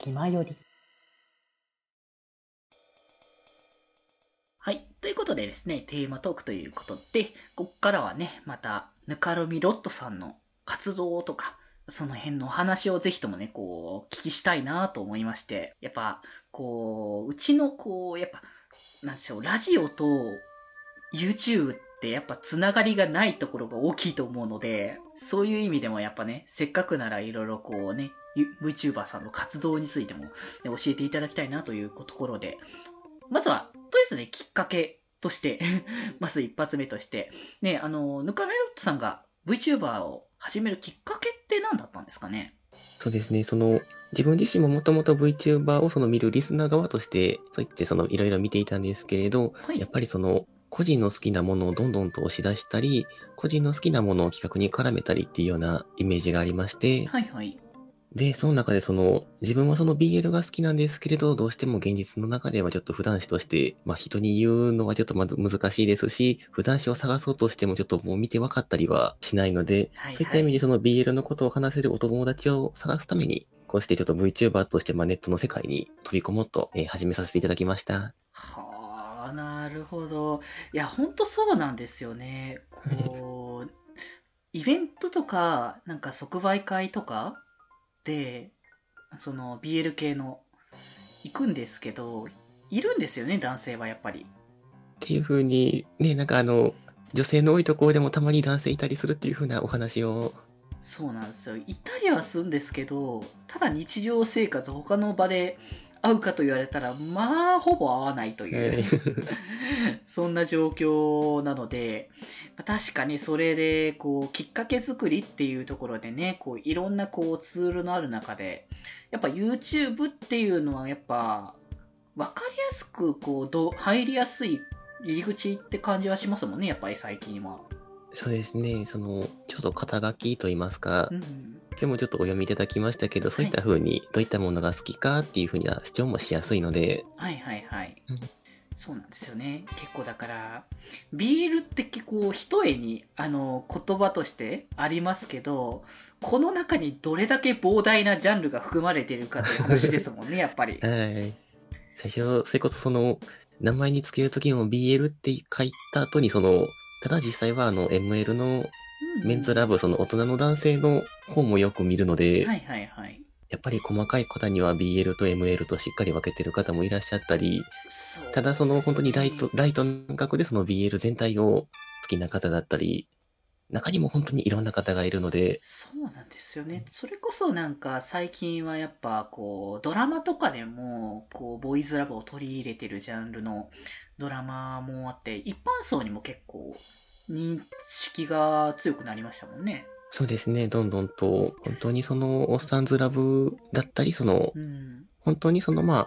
隙間より。はい。ということでですね、テーマトークということで、ここからはね、また、ぬかるみロットさんの活動とか、その辺のお話をぜひともね、こう、聞きしたいなと思いまして、やっぱ、こう、うちの、こう、やっぱ、なんでしょう、ラジオと YouTube ってやっぱつながりがないところが大きいと思うので、そういう意味でもやっぱね、せっかくならいろいろこうね、VTuber さんの活動についても、ね、教えていただきたいなというところで、まずは、とりあえずね、きっかけとしてまず一発目として、ね、ぬかメロットさんが VTuber を始めるきっかけって何だったんですかね？ そうですね。自分自身ももともと VTuber を見るリスナー側として、そう言っていろいろ見ていたんですけれど、 はい。 やっぱり個人の好きなものをどんどんと押し出したり、個人の好きなものを企画に絡めたりっていうようなイメージがありまして、 はいはい。 で、その中で自分はBL が好きなんですけれど、どうしても現実の中ではちょっと普段詞として、まあ人に言うのはちょっとまず難しいですし、普段詞を探そうとしてもちょっともう見て分かったりはしないので、 はいはい。 そういった意味でBL のことを話せるお友達を探すために、こうしてちょっと VTuber としてネットの世界に飛び込もうと、始めさせていただきました。 はあ、なるほど。いや、ほんとそうなんですよね。 はい。 こう、イベントとか、なんか即売会とかで、その BL 系の行くんですけど、いるんですよね、男性はやっぱり。 っていう風に、ね、女性の多いところでもたまに男性いたりするっていう風なお話を、 そうなんですよ。いたりはするんですけど、ただ日常生活、他の場で会うかと言われたら、まあ、ほぼ会わないというはい。 そんな状況なので、確かにそれで、こう、きっかけ作りっていうところでね、こう、いろんなこう、ツールのある中で、やっぱ YouTube っていうのは、やっぱ、わかりやすく、こう、入りやすい入り口って感じはしますもんね、やっぱり最近は。 そうですね。ちょっと肩書きといいますか、 うん。 今日もちょっとお読みいただきましたけど、そういっはい。 た風に、どういったものが好きかっていう風には主張もしやすいので、 はいはいはい。 うん、 そうなんですよね。結構だから、BL って結構一重に言葉としてありますけど、この中にどれだけ膨大なジャンルが含まれているかという話ですもんね、やっぱり。 はい。最初、それこそ名前につけるときも BL って書いた後にただ実際はML のうんうんうメンズラブ、 ん。 大人の男性の本もよく見るので、 はいはいはい。 やっぱり細かい方には BL と ML としっかり分けてる方もいらっしゃったり、ただそうで本当にすね。 ライトな感覚でBL 全体を好きな方だったり、中にも本当にいろんな方がいるので、 そうなんですよね。それこそなんか最近はやっぱこうドラマとかでもこうボーイズラブを取り入れてるジャンルのドラマもあって、一般層にも結構認識が強くなりましたもんね。 そうですね、どんどんと、本当におっさんずラブだったり、 うん。 本当に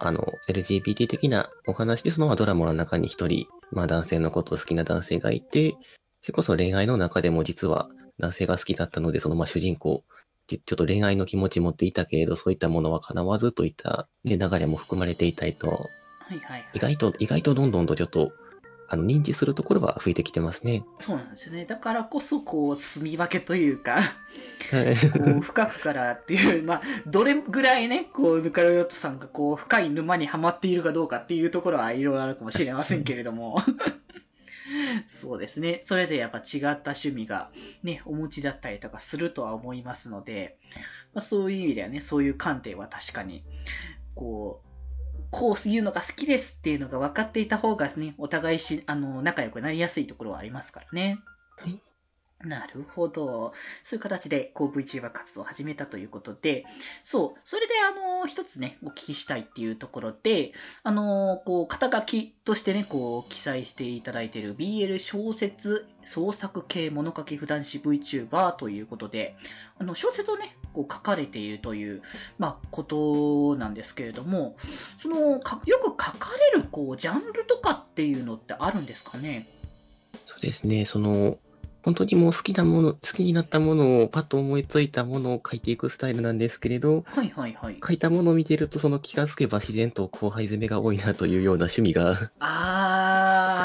LGBT 的なお話で、ドラマの中に一人、男性のことを好きな男性がいて、それこそ恋愛の中でも実は男性が好きだったので、主人公、ちょっと恋愛の気持ち持っていたけれど、そういったものは叶わずといった、ね、流れも含まれていたりと、 はいはいはい。 意外とどんどんとちょっと、認知するところは増えてきてますね。 そうなんですよね。だからこそこう住み分けというか、 はい。 こう深くからっていう、まあ、どれぐらいね、こう、ヌカロヨットさんがこう深い沼にはまっているかどうかっていうところはいろいろあるかもしれませんけれども。そうですね。それでやっぱ違った趣味がね、お持ちだったりとかするとは思いますので、まあ、そういう意味ではね、そういう観点は確かに、こう、こういうのが好きですっていうのが分かっていた方がね、お互い仲良くなりやすいところはありますからね。 はい。 なるほど。そういう形で、こう VTuber 活動を始めたということで、そう、それで一つね、お聞きしたいっていうところで、こう、肩書きとしてね、こう、記載していただいている BL 小説創作系物書き普段誌 VTuber ということで、小説をね、こう書かれているという、まあ、ことなんですけれども、よく書かれる、こう、ジャンルとかっていうのってあるんですかね？ そうですね、本当にもう好きになったものをパッと思いついたものを書いていくスタイルなんですけれど、 はいはいはい。 書いたものを見ていると気がつけば自然と後輩攻めが多いなというような趣味があ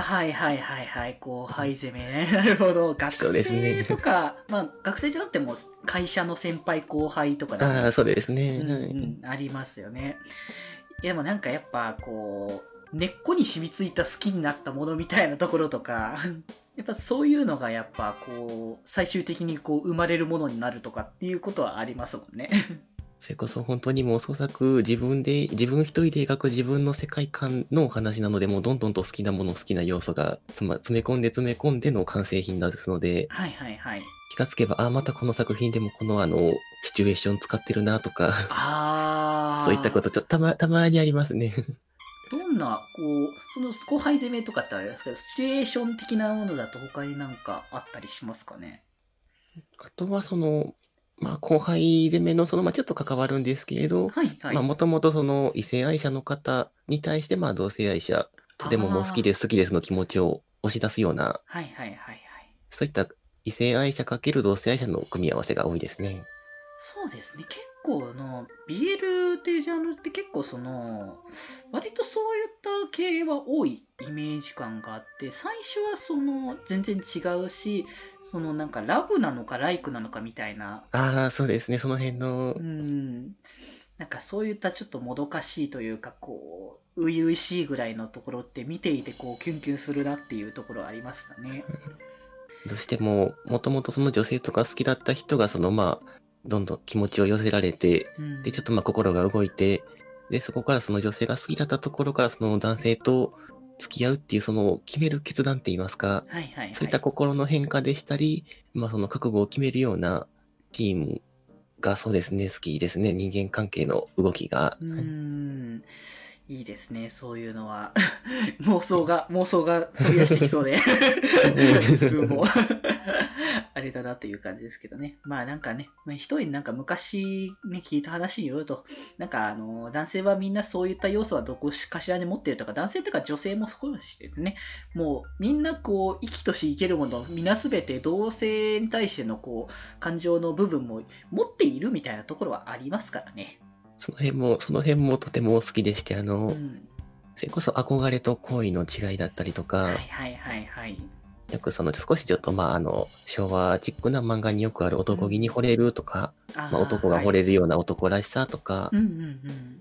はいはいはいはい。後輩攻めね。なるほど。学そうです生ね。 とか、まあ学生じゃなくても会社の先輩後輩とかでああ、 も、 そうですうんね。はい。 うん、ありますよね。でもなんかやっぱこう、根っこに染みついた好きになったものみたいなところとか、やっぱそういうのがやっぱこう、最終的にこう生まれるものになるとかっていうことはありますもんね。 それこそ本当にもう創作自分一人で描く自分の世界観のお話なので、もうどんどんと好きなもの、好きな要素が詰め込んでの完成品ですので、 はいはいはい。 気がつけば、あ、またこの作品でもこのシチュエーション使ってるなとか、そういったこあー、 とたまにありますね。 どんな、こう、その後輩攻めとかってあれですけど、シチュエーション的なものだと他になんかあったりしますかね？ あとはまあ後輩攻めのまあちょっと関わるんですけれど、まあはいはい。 もともと異性愛者の方に対してまあ同性愛者、とてももうあ好きですの気持ちを押し出すような、 ー、はいはいはいはい。 そういった異性愛者×同性愛者の組み合わせが多いですね。 そうですね。結構BL っていうジャンルって結構割とそういった系は多いイメージ感があって、最初は全然違うし、なんかラブなのかライクなのかみたいな、 ああ、そうですね。その辺の、 なんかそういったちょっともどかしいというか、こう、初々しいぐらいのところって見ていてこう、キュンキュンするなっていうところはありましたね。 どうしても、もともとその女性とか好きだった人が、まあ、どんどん気持ちを寄せられて、で、ちょっとまあ心が動いて、で、そこからその女性が好きだったところからその男性と付き合うっていう決める決断って言いますか、 はいはいそういったはい。 心の変化でしたり、まあその覚悟を決めるようなチームがそうですね、好きですね。人間関係の動きが。 うーはい。 ん。いいですね、そういうのは。妄想が飛び出してきそうで自分もあれだなという感じですけどね。まあなんかね、一人なんか昔ね、聞いた話によると、なんか男性はみんなそういった要素はどこかしらに持っているとか、男性とか女性も少しですね、もうみんなこう、生きとし生けるもの、みんなすべて同性に対してのこう、感情の部分も持っているみたいなところはありますからね。 その辺もとても好きでして、 うん。 それこそ憧れと好意の違いだったりとか、 はいはいはいはい。 よく少しちょっとまあ昭和チックな漫画によくある男気にうん。 惚れるとか、まあああ、 男がはい。 惚れるような男らしさとか、 うんうんうん。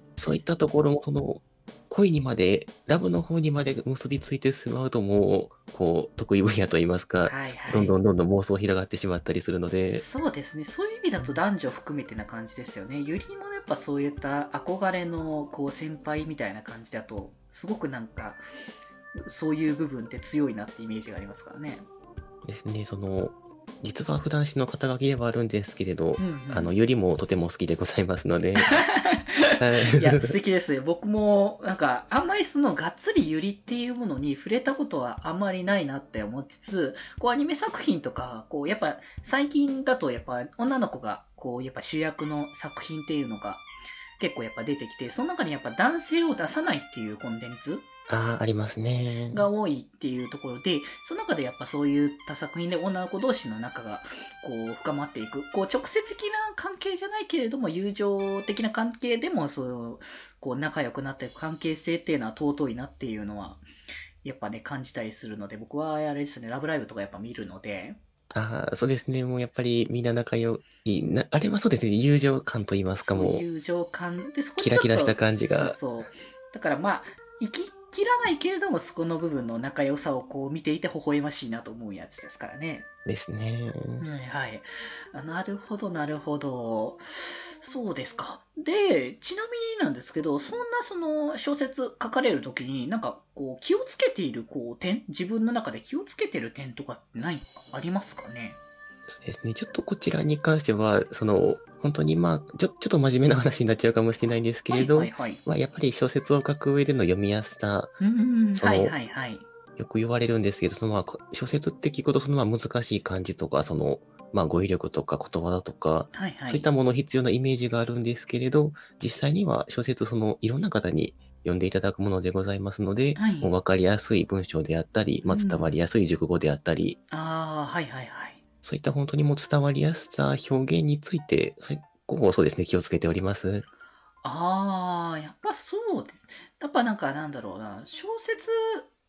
そういったところも恋にまで、ラブの方にまで結びついてしまうともう、得意分野といいますか、 はいはい。 どんどん妄想広がってしまったりするので、 そうですね。そういう意味だと男女含めてな感じですよね。ゆりもやっぱそういった憧れのこう先輩みたいな感じだと、すごくなんか、そういう部分って強いなってイメージがありますからね。 ですね、実は普段詞の肩書きではあるんですけれど、 うんうん。 よりもとても好きでございますので、はいや、素い。 敵ですね。僕も、なんか、あんまりがっつりユリっていうものに触れたことはあんまりないなって思いつつ、こう、アニメ作品とか、こう、やっぱ、最近だと、やっぱ、女の子が、こう、やっぱ主役の作品っていうのが、結構やっぱ出てきて、その中にやっぱ男性を出さないっていうコンテンツああ、ありますね。 が多いっていうところで、その中でやっぱそういった作品で女の子同士の仲がこう深まっていく、こう直接的な関係じゃないけれども、友情的な関係でもこう仲良くなっていく関係性っていうのは尊いなっていうのは、やっぱね、感じたりするので、僕はあれですね、ラブライブとかやっぱ見るので、 ああ、そうですね。もうやっぱりみんな仲良い、あれはそうですね。友情感と言いますか、 そうもう、 いう情感で、そこにキラキラしたちょっと、 感じがそうそう。だからまあ、生ききらないけれども、そこの部分の仲良さをこう見ていて微笑ましいなと思うやつですからね。 ですね。 はいはい。なるほど、なるほど。そうですか。で、ちなみになんですけど、そんな小説書かれるときに、なんかこう気をつけているこう点、自分の中で気をつけてる点とかって何かありますかね？ そうですね。ちょっとこちらに関しては、本当にまあ、ちょっと真面目な話になっちゃうかもしれないんですけはいはれど、 いはい。 まあ、やっぱり小説を書く上での読みやすさ、 うーん、はいその、 はいはい。 よく言われるんですけど、まあ、小説って聞くと、まあ、難しい漢字とか、まあ、語彙力とか言葉だとか、 はいはい。 そういったもの必要なイメージがあるんですけれど、実際には小説、いろんな方に読んでいただくものでございますので、 はい。 もう分かりやすい文章であったり、まあ、伝わうん。 りやすい熟語であったり、 ああ、はいはいはい。 そういった本当にもう伝わりやすさ、表現について、ここをそうですね、気をつけております。 ああ、やっぱそうです。やっぱなんかなんだろうな、小説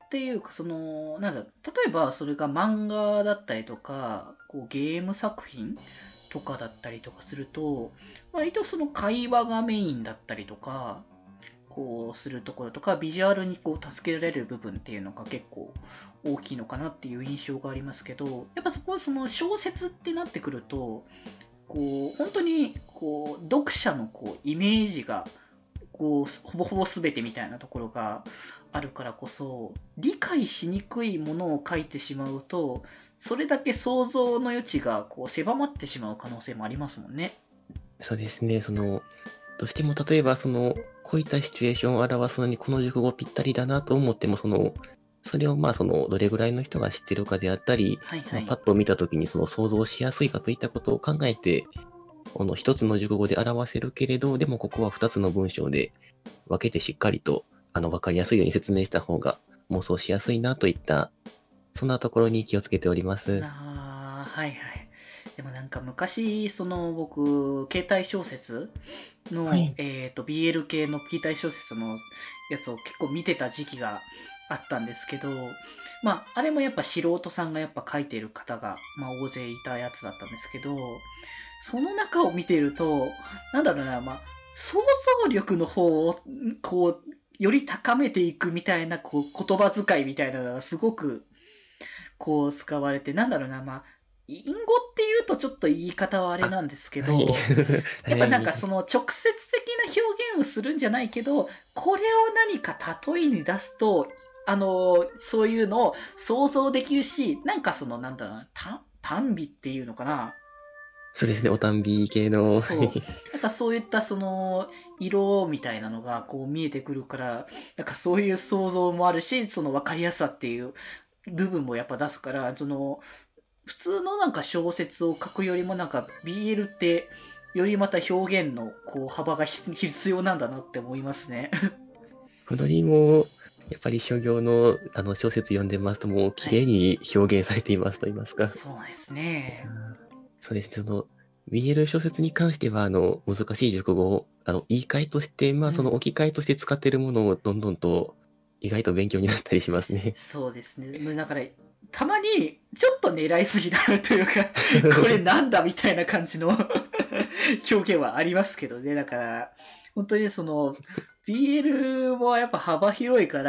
っていうか、例えばそれが漫画だったりとか、こうゲーム作品とかだったりとかすると、割とその会話がメインだったりとか、こうするところとか、ビジュアルにこう助けられる部分っていうのが結構大きいのかなっていう印象がありますけど、やっぱそこはその小説ってなってくると、こう本当にこう読者のこうイメージがこうほぼほぼ全てみたいなところがあるからこそ、理解しにくいものを書いてしまうと、それだけ想像の余地がこう狭まってしまう可能性もありますもんね。 そうですね、どうしても例えばこういったシチュエーションを表すのにこの熟語ぴったりだなと思っても、それをどれぐらいの人が知ってるかであったり、 はいはい。 パッと見た時に想像しやすいかといったことを考えて、一つの熟語で表せるけれど、でもここは二つの文章で分けてしっかりと、わかりやすいように説明した方が妄想しやすいなといった、そんなところに気をつけております。 はいはい。でもなんか昔、僕、携帯小説の、 はい。 BL 系の携帯小説のやつを結構見てた時期があったんですけど、まあ、あれもやっぱ素人さんがやっぱ書いてる方が、まあ、大勢いたやつだったんですけど、その中を見てると、なんだろうな、まあ、想像力の方を、こう、より高めていくみたいな、こう、言葉遣いみたいなのがすごく、こう、使われて、なんだろうな、まあ、隠語っていうとちょっと言い方はあれあ、 なんですけはい。 ど、やっぱなんかその直接的な表現をするんじゃないけど、これを何か例えに出すと、そういうのを想像できるし、なんかなんだろうな、単美っていうのかな。 そうですね、おたんび系の、はそう。 い。 なんかそういった色みたいなのがこう見えてくるから、なんかそういう想像もあるし、その分かりやすさっていう部分もやっぱ出すから、普通のなんか小説を書くよりもなんか BL ってよりまた表現のこう幅が必要なんだなって思いますね。 本当にもう、やっぱり商業の小説読んでますともう綺麗はい。 に表現されていますと言いますか。 そうですね。 そうですね、BL 小説に関しては、難しい熟語を、言い換えとして、 うん。 置き換えとして使っているものをどんどんと、意外と勉強になったりしますね。 そうですね。もうだから、たまにちょっと狙いすぎだなというか、これなんだみたいな感じの表現はありますけどね。だから、本当にBL もやっぱ幅広いから、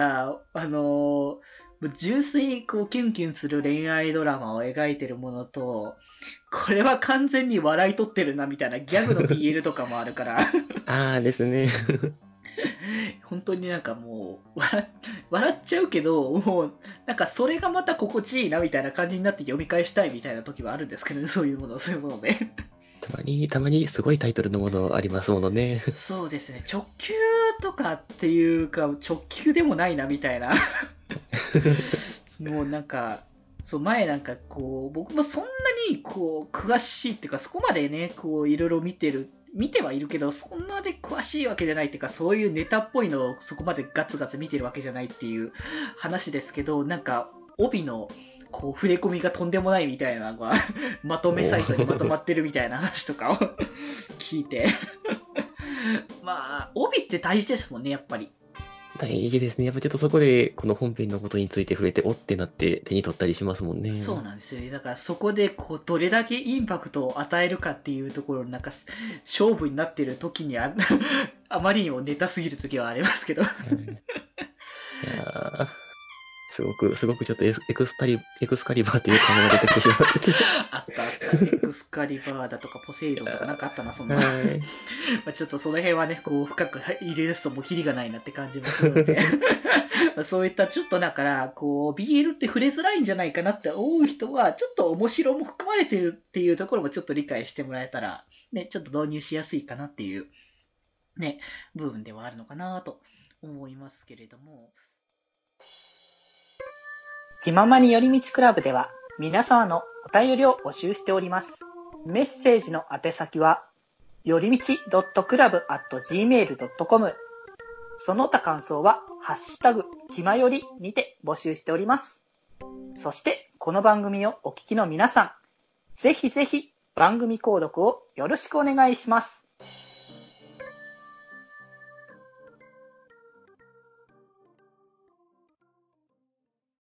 純粋にこうキュンキュンする恋愛ドラマを描いてるものと、これは完全に笑い取ってるなみたいなギャグの BL とかもあるからああですね。 本当になんかもう笑っちゃうけど、もうなんかそれがまた心地いいなみたいな感じになって読み返したいみたいな時はあるんですけどね、そういうもので。 たまにすごいタイトルのものありますものね。 そうですね、直球とかっていうか、直球でもないなみたいな。もうなんか、そう前なんかこう、僕もそんなにこう、詳しいっていうか、そこまでね、こう、いろいろ見てはいるけど、そんなで詳しいわけじゃないっていうか、そういうネタっぽいのをそこまでガツガツ見てるわけじゃないっていう話ですけど、なんか、帯の、こう、触れ込みがとんでもないみたいなのが、まとめおサイトにまとまーってるみたいな話とかを聞いて。まあ、帯って大事ですもんね、やっぱり。 大事ですね。やっぱちょっとそこで、この本編のことについて触れて、おってなって手に取ったりしますもんね。 そうなんですよね。だからそこでこうどれだけインパクトを与えるかっていうところのなんか勝負になってる時にあまりにもネタすぎる時はありますけど。 うん、いやー、すごくちょっとエクスカリバーという単語が出てきてしまってて。 あったあった。エクスカリバーだとかポセイドンとかなんかあったな、そんな。 はい。 まあちょっとその辺はね、こう深く入れるともうキリがないなって感じもするのでまあそういったちょっとだから、こう BL って触れづらいんじゃないかなって思う人は、ちょっと面白も含まれてるっていうところもちょっと理解してもらえたら、ね、ちょっと導入しやすいかなっていうね、部分ではあるのかなと思いますけれども。気ままに寄り道クラブでは皆様のお便りを募集しております。メッセージの宛先は、よりみち .club@gmail.com。その他感想は、ハッシュタグ、きまよりにて募集しております。そして、この番組をお聞きの皆さん、ぜひぜひ番組購読をよろしくお願いします。